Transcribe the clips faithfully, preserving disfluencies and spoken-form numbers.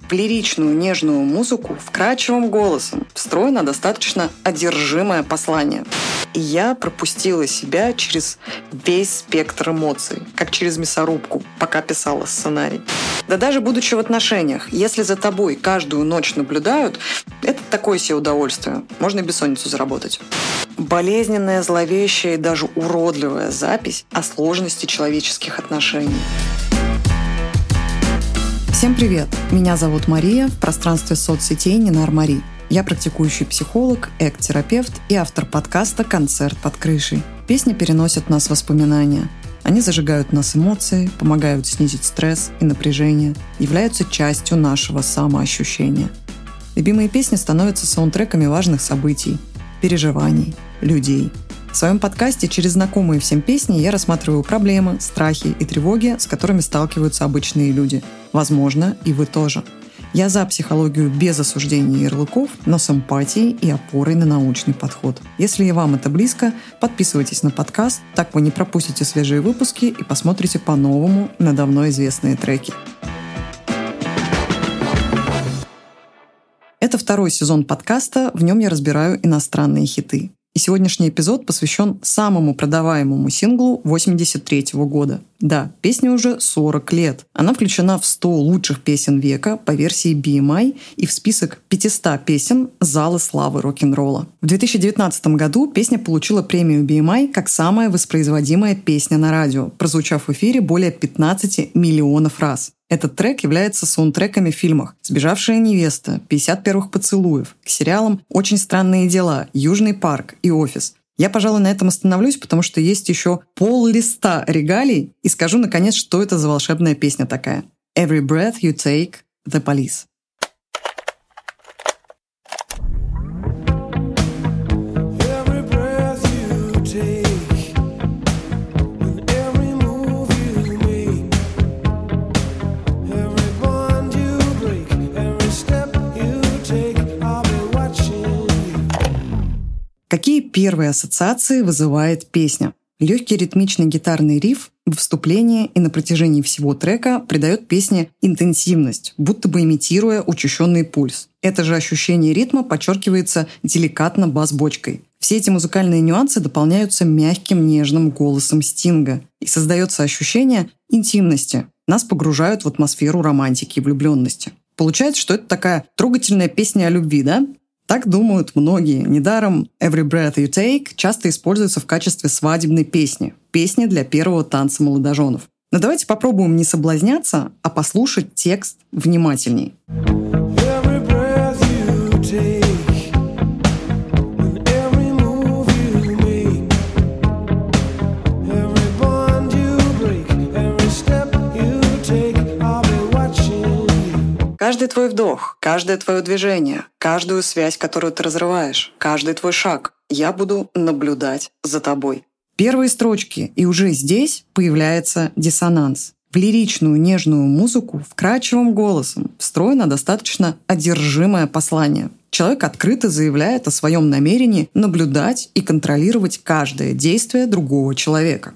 В лиричную нежную музыку вкрадчивым голосом встроено достаточно одержимое послание. И я пропустила себя через весь спектр эмоций, как через мясорубку, пока писала сценарий. Да даже будучи в отношениях, если за тобой каждую ночь наблюдают, это такое себе удовольствие. Можно и бессонницу заработать. Болезненная, зловещая и даже уродливая запись о сложности человеческих отношений. Всем привет! Меня зовут Мария, в пространстве соцсетей Нинар Мари. Я практикующий психолог, эк-терапевт и автор подкаста «Концерт под крышей». Песни переносят нас в воспоминания. Они зажигают в нас эмоции, помогают снизить стресс и напряжение, являются частью нашего самоощущения. Любимые песни становятся саундтреками важных событий, переживаний, людей. В своем подкасте через знакомые всем песни я рассматриваю проблемы, страхи и тревоги, с которыми сталкиваются обычные люди. Возможно, и вы тоже. Я за психологию без осуждения ярлыков, но с эмпатией и опорой на научный подход. Если и вам это близко, подписывайтесь на подкаст, так вы не пропустите свежие выпуски и посмотрите по-новому на давно известные треки. Это второй сезон подкаста, в нем я разбираю иностранные хиты. И сегодняшний эпизод посвящен самому продаваемому синглу восемьдесят третьего года. Да, песне уже сорок лет. Она включена в сто лучших песен века по версии би эм ай и в список пятисот песен Зала славы рок-н-ролла. В две тысячи девятнадцатом году песня получила премию би эм ай как самая воспроизводимая песня на радио, прозвучав в эфире более пятнадцати миллионов раз. Этот трек является саундтреками в фильмах «Сбежавшая невеста», «пятьдесят первых поцелуев», к сериалам «Очень странные дела», «Южный парк» и «Офис». Я, пожалуй, на этом остановлюсь, потому что есть еще пол-листа регалий, и скажу, наконец, что это за волшебная песня такая. «Every breath you take, the police». Какие первые ассоциации вызывает песня? Легкий ритмичный гитарный риф в вступлении и на протяжении всего трека придает песне интенсивность, будто бы имитируя учащенный пульс. Это же ощущение ритма подчеркивается деликатно бас-бочкой. Все эти музыкальные нюансы дополняются мягким нежным голосом Стинга, и создается ощущение интимности. Нас погружают в атмосферу романтики и влюбленности. Получается, что это такая трогательная песня о любви, да? Так думают многие. Недаром «Every breath you take» часто используется в качестве свадебной песни. Песни для первого танца молодоженов. Но давайте попробуем не соблазняться, а послушать текст внимательней. Каждый твой вдох, каждое твое движение, каждую связь, которую ты разрываешь, каждый твой шаг, я буду наблюдать за тобой. Первые строчки, и уже здесь появляется диссонанс. В лиричную нежную музыку вкрадчивым голосом встроено достаточно одержимое послание. Человек открыто заявляет о своем намерении наблюдать и контролировать каждое действие другого человека.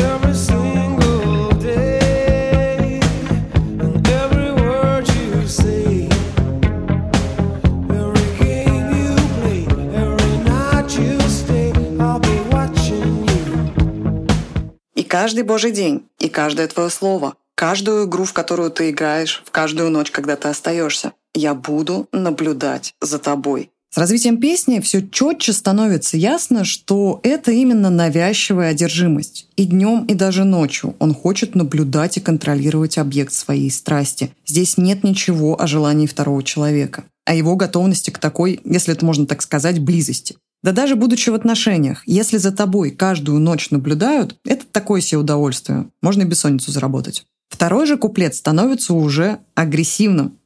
Каждый божий день и каждое твое слово, каждую игру, в которую ты играешь, в каждую ночь, когда ты остаешься, я буду наблюдать за тобой. С развитием песни все четче становится ясно, что это именно навязчивая одержимость. И днем, и даже ночью он хочет наблюдать и контролировать объект своей страсти. Здесь нет ничего о желании второго человека, о его готовности к такой, если это можно так сказать, близости. Да даже будучи в отношениях, если за тобой каждую ночь наблюдают, это такое себе удовольствие. Можно и бессонницу заработать. Второй же куплет становится уже агрессивным.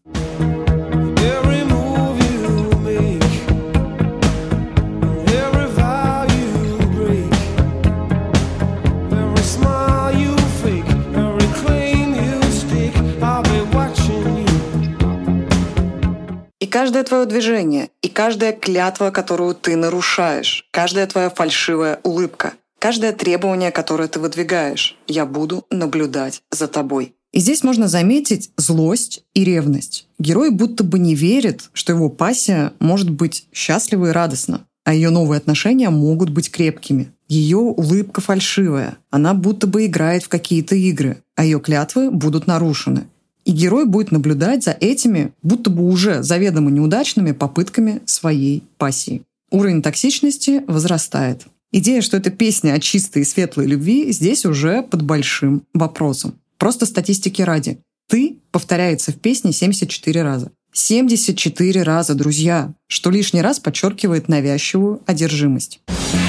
каждое твое движение, и каждая клятва, которую ты нарушаешь, каждая твоя фальшивая улыбка, каждое требование, которое ты выдвигаешь, я буду наблюдать за тобой. И здесь можно заметить злость и ревность. Герой будто бы не верит, что его пассия может быть счастлива и радостна, а ее новые отношения могут быть крепкими. Ее улыбка фальшивая, она будто бы играет в какие-то игры, а ее клятвы будут нарушены. И герой будет наблюдать за этими, будто бы уже заведомо неудачными попытками своей пассии. Уровень токсичности возрастает. Идея, что это песня о чистой и светлой любви, здесь уже под большим вопросом. Просто статистики ради. «Ты» повторяется в песне семьдесят четыре раза. семьдесят четыре раза, друзья, что лишний раз подчеркивает навязчивую одержимость.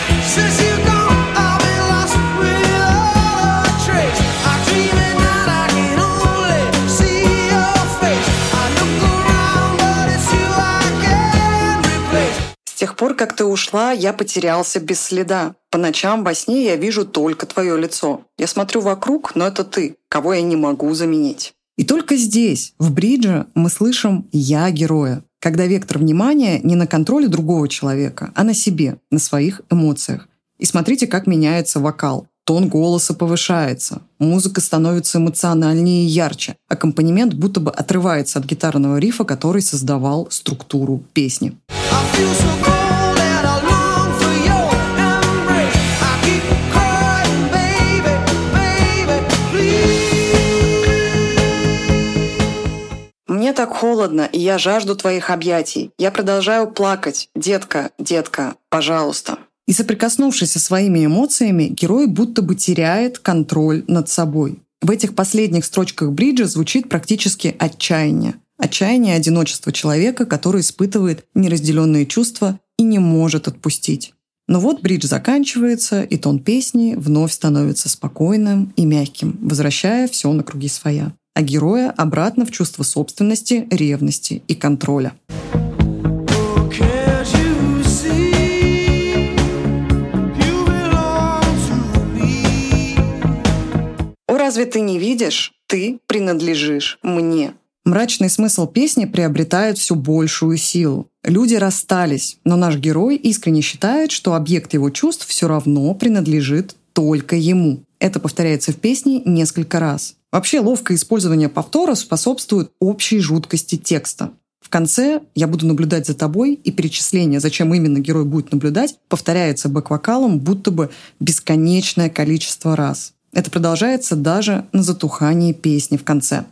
С тех пор, как ты ушла, я потерялся без следа. По ночам во сне я вижу только твое лицо. Я смотрю вокруг, но это ты, кого я не могу заменить. И только здесь, в бридже, мы слышим «я» героя, когда вектор внимания не на контроле другого человека, а на себе, на своих эмоциях. И смотрите, как меняется вокал. Тон голоса повышается, музыка становится эмоциональнее и ярче. Аккомпанемент будто бы отрывается от гитарного рифа, который создавал структуру песни. Мне так холодно, и я жажду твоих объятий. Я продолжаю плакать. Детка, детка, пожалуйста. И соприкоснувшись со своими эмоциями, герой будто бы теряет контроль над собой. В этих последних строчках бриджа звучит практически отчаяние. Отчаяние одиночества человека, который испытывает неразделенные чувства и не может отпустить. Но вот бридж заканчивается, и тон песни вновь становится спокойным и мягким, возвращая все на круги своя. А героя обратно в чувство собственности, ревности и контроля. О, разве ты не видишь? Ты принадлежишь мне. Мрачный смысл песни приобретает все большую силу. Люди расстались, но наш герой искренне считает, что объект его чувств все равно принадлежит только ему. Это повторяется в песне несколько раз. Вообще, ловкое использование повтора способствует общей жуткости текста. В конце «я буду наблюдать за тобой» и перечисление, зачем именно герой будет наблюдать, повторяется бэк-вокалом будто бы бесконечное количество раз. Это продолжается даже на затухании песни в конце.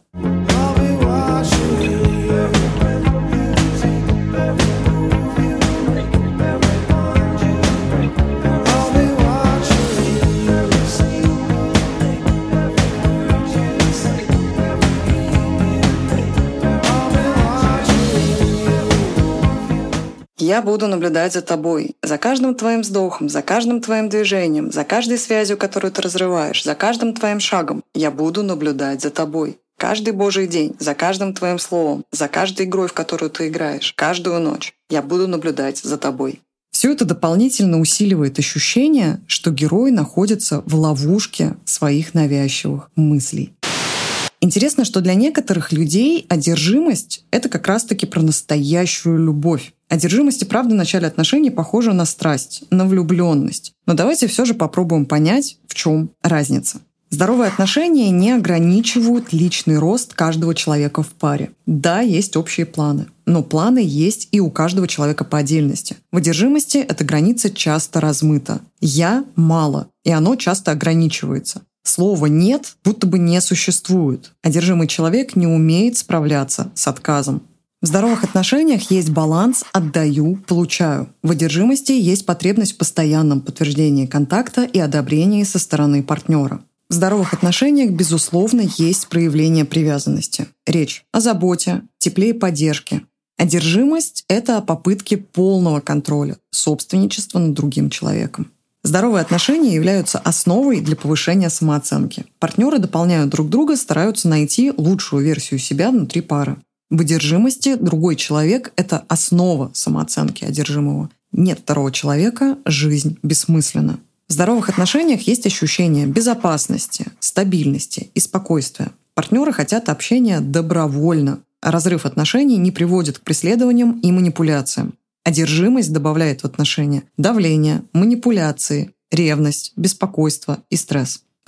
Я буду наблюдать за тобой, за каждым твоим вздохом, за каждым твоим движением, за каждой связью, которую ты разрываешь, за каждым твоим шагом. Я буду наблюдать за тобой. Каждый божий день, за каждым твоим словом, за каждой игрой, в которую ты играешь, каждую ночь. Я буду наблюдать за тобой. Все это дополнительно усиливает ощущение, что герой находится в ловушке своих навязчивых мыслей. Интересно, что для некоторых людей одержимость — это как раз-таки про настоящую любовь. Одержимость и правда в начале отношений похожа на страсть, на влюбленность. Но давайте все же попробуем понять, в чем разница. Здоровые отношения не ограничивают личный рост каждого человека в паре. Да, есть общие планы, но планы есть и у каждого человека по отдельности. В одержимости эта граница часто размыта. «Я» мало, и оно часто ограничивается. Слово «нет» будто бы не существует. Одержимый человек не умеет справляться с отказом. В здоровых отношениях есть баланс «отдаю, получаю». В одержимости есть потребность в постоянном подтверждении контакта и одобрении со стороны партнера. В здоровых отношениях, безусловно, есть проявление привязанности. Речь о заботе, тепле и поддержке. Одержимость — это о попытке полного контроля, собственничества над другим человеком. Здоровые отношения являются основой для повышения самооценки. Партнеры дополняют друг друга, стараются найти лучшую версию себя внутри пары. В одержимости другой человек — это основа самооценки одержимого. Нет второго человека — жизнь бессмысленна. В здоровых отношениях есть ощущение безопасности, стабильности и спокойствия. Партнеры хотят общения добровольно, а разрыв отношений не приводит к преследованиям и манипуляциям. Одержимость добавляет в отношения давление, манипуляции, ревность, беспокойство и стресс.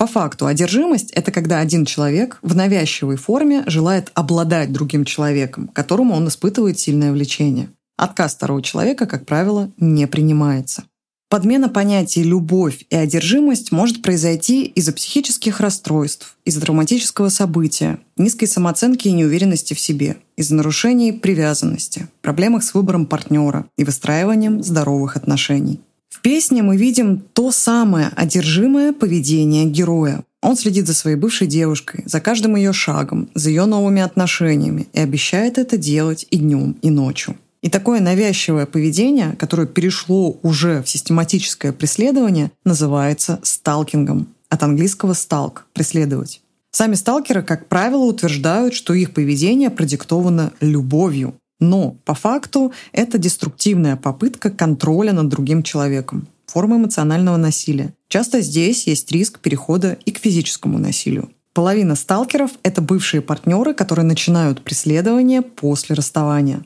По факту, одержимость — это когда один человек в навязчивой форме желает обладать другим человеком, к которому он испытывает сильное влечение. Отказ второго человека, как правило, не принимается. Подмена понятий «любовь» и «одержимость» может произойти из-за психических расстройств, из-за травматического события, низкой самооценки и неуверенности в себе, из-за нарушений привязанности, проблемах с выбором партнера и выстраиванием здоровых отношений. В песне мы видим то самое одержимое поведение героя. Он следит за своей бывшей девушкой, за каждым ее шагом, за ее новыми отношениями и обещает это делать и днем, и ночью. И такое навязчивое поведение, которое перешло уже в систематическое преследование, называется сталкингом. От английского «stalk» — «преследовать». Сами сталкеры, как правило, утверждают, что их поведение продиктовано любовью. Но по факту это деструктивная попытка контроля над другим человеком, форма эмоционального насилия. Часто здесь есть риск перехода и к физическому насилию. Половина сталкеров — это бывшие партнеры, которые начинают преследование после расставания.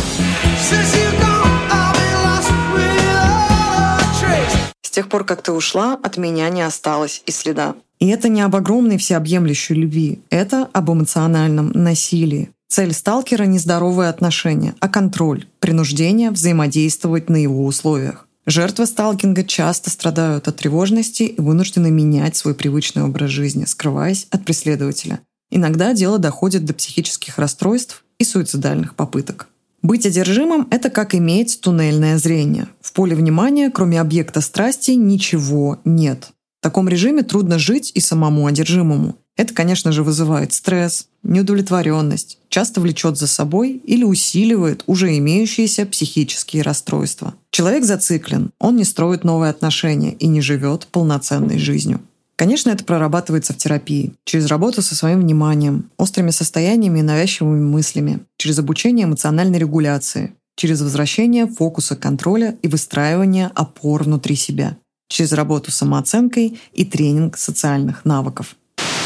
С тех пор, как ты ушла, от меня не осталось и следа. И это не об огромной всеобъемлющей любви, это об эмоциональном насилии. Цель сталкера — не здоровые отношения, а контроль, принуждение взаимодействовать на его условиях. Жертвы сталкинга часто страдают от тревожности и вынуждены менять свой привычный образ жизни, скрываясь от преследователя. Иногда дело доходит до психических расстройств и суицидальных попыток. Быть одержимым — это как иметь туннельное зрение. В поле внимания, кроме объекта страсти, ничего нет. В таком режиме трудно жить и самому одержимому. Это, конечно же, вызывает стресс, неудовлетворенность, часто влечет за собой или усиливает уже имеющиеся психические расстройства. Человек зациклен, он не строит новые отношения и не живет полноценной жизнью. Конечно, это прорабатывается в терапии, через работу со своим вниманием, острыми состояниями и навязчивыми мыслями, через обучение эмоциональной регуляции, через возвращение фокуса контроля и выстраивание опор внутри себя, через работу с самооценкой и тренинг социальных навыков.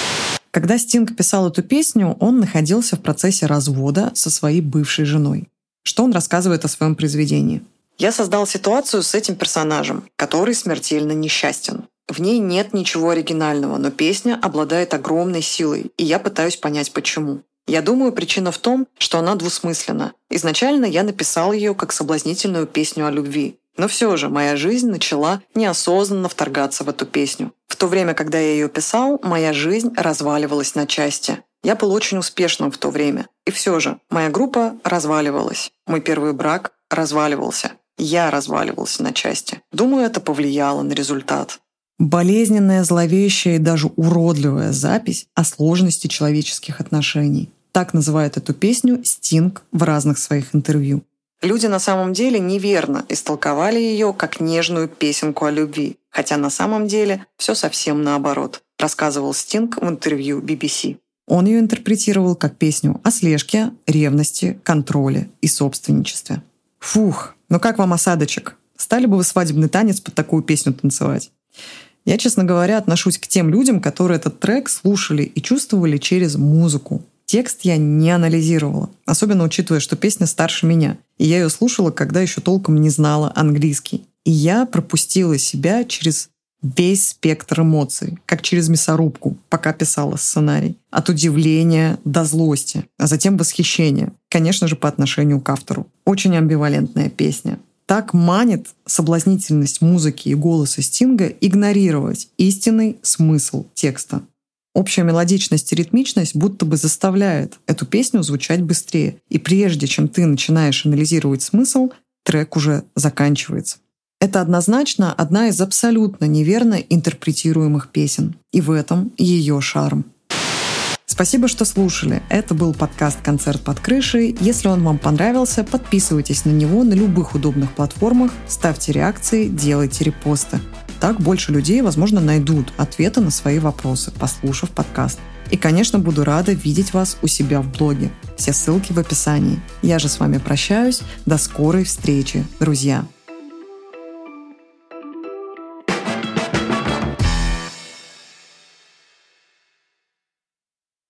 Когда Стинг писал эту песню, он находился в процессе развода со своей бывшей женой. Что он рассказывает о своем произведении? «Я создал ситуацию с этим персонажем, который смертельно несчастен. В ней нет ничего оригинального, но песня обладает огромной силой, и я пытаюсь понять, почему. Я думаю, причина в том, что она двусмысленна. Изначально я написал ее как соблазнительную песню о любви. Но все же моя жизнь начала неосознанно вторгаться в эту песню. В то время, когда я ее писал, моя жизнь разваливалась на части. Я был очень успешным в то время. И все же моя группа разваливалась. Мой первый брак разваливался. Я разваливался на части. Думаю, это повлияло на результат». Болезненная, зловещая и даже уродливая запись о сложности человеческих отношений. Так называет эту песню Стинг в разных своих интервью. Люди на самом деле неверно истолковали ее как нежную песенку о любви, хотя на самом деле все совсем наоборот, рассказывал Стинг в интервью би би си. Он ее интерпретировал как песню о слежке, ревности, контроле и собственничестве. Фух, ну как вам осадочек? Стали бы вы свадебный танец под такую песню танцевать? Я, честно говоря, отношусь к тем людям, которые этот трек слушали и чувствовали через музыку. Текст я не анализировала, особенно учитывая, что песня старше меня, и я ее слушала, когда еще толком не знала английский. И я пропустила себя через весь спектр эмоций, как через мясорубку, пока писала сценарий. От удивления до злости, а затем восхищения. Конечно же, по отношению к автору. Очень амбивалентная песня. Так манит соблазнительность музыки и голоса Стинга игнорировать истинный смысл текста. Общая мелодичность и ритмичность будто бы заставляет эту песню звучать быстрее. И прежде чем ты начинаешь анализировать смысл, трек уже заканчивается. Это однозначно одна из абсолютно неверно интерпретируемых песен. И в этом ее шарм. Спасибо, что слушали. Это был подкаст «Концерт под крышей». Если он вам понравился, подписывайтесь на него на любых удобных платформах, ставьте реакции, делайте репосты. Так больше людей, возможно, найдут ответы на свои вопросы, послушав подкаст. И, конечно, буду рада видеть вас у себя в блоге. Все ссылки в описании. Я же с вами прощаюсь. До скорой встречи, друзья!